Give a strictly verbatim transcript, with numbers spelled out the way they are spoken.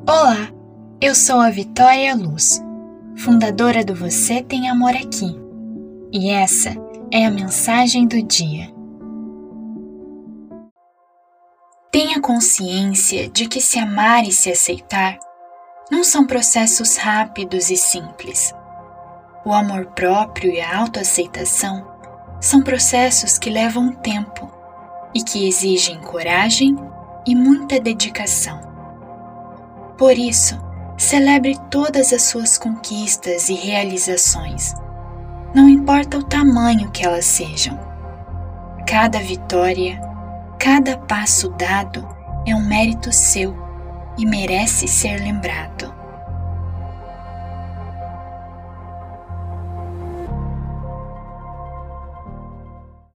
Olá, eu sou a Vitória Luz, fundadora do Você Tem Amor Aqui, e essa é a mensagem do dia. Tenha consciência de que se amar e se aceitar não são processos rápidos e simples. O amor próprio e a autoaceitação são processos que levam tempo e que exigem coragem e muita dedicação. Por isso, celebre todas as suas conquistas e realizações, não importa o tamanho que elas sejam. Cada vitória, cada passo dado é um mérito seu e merece ser lembrado.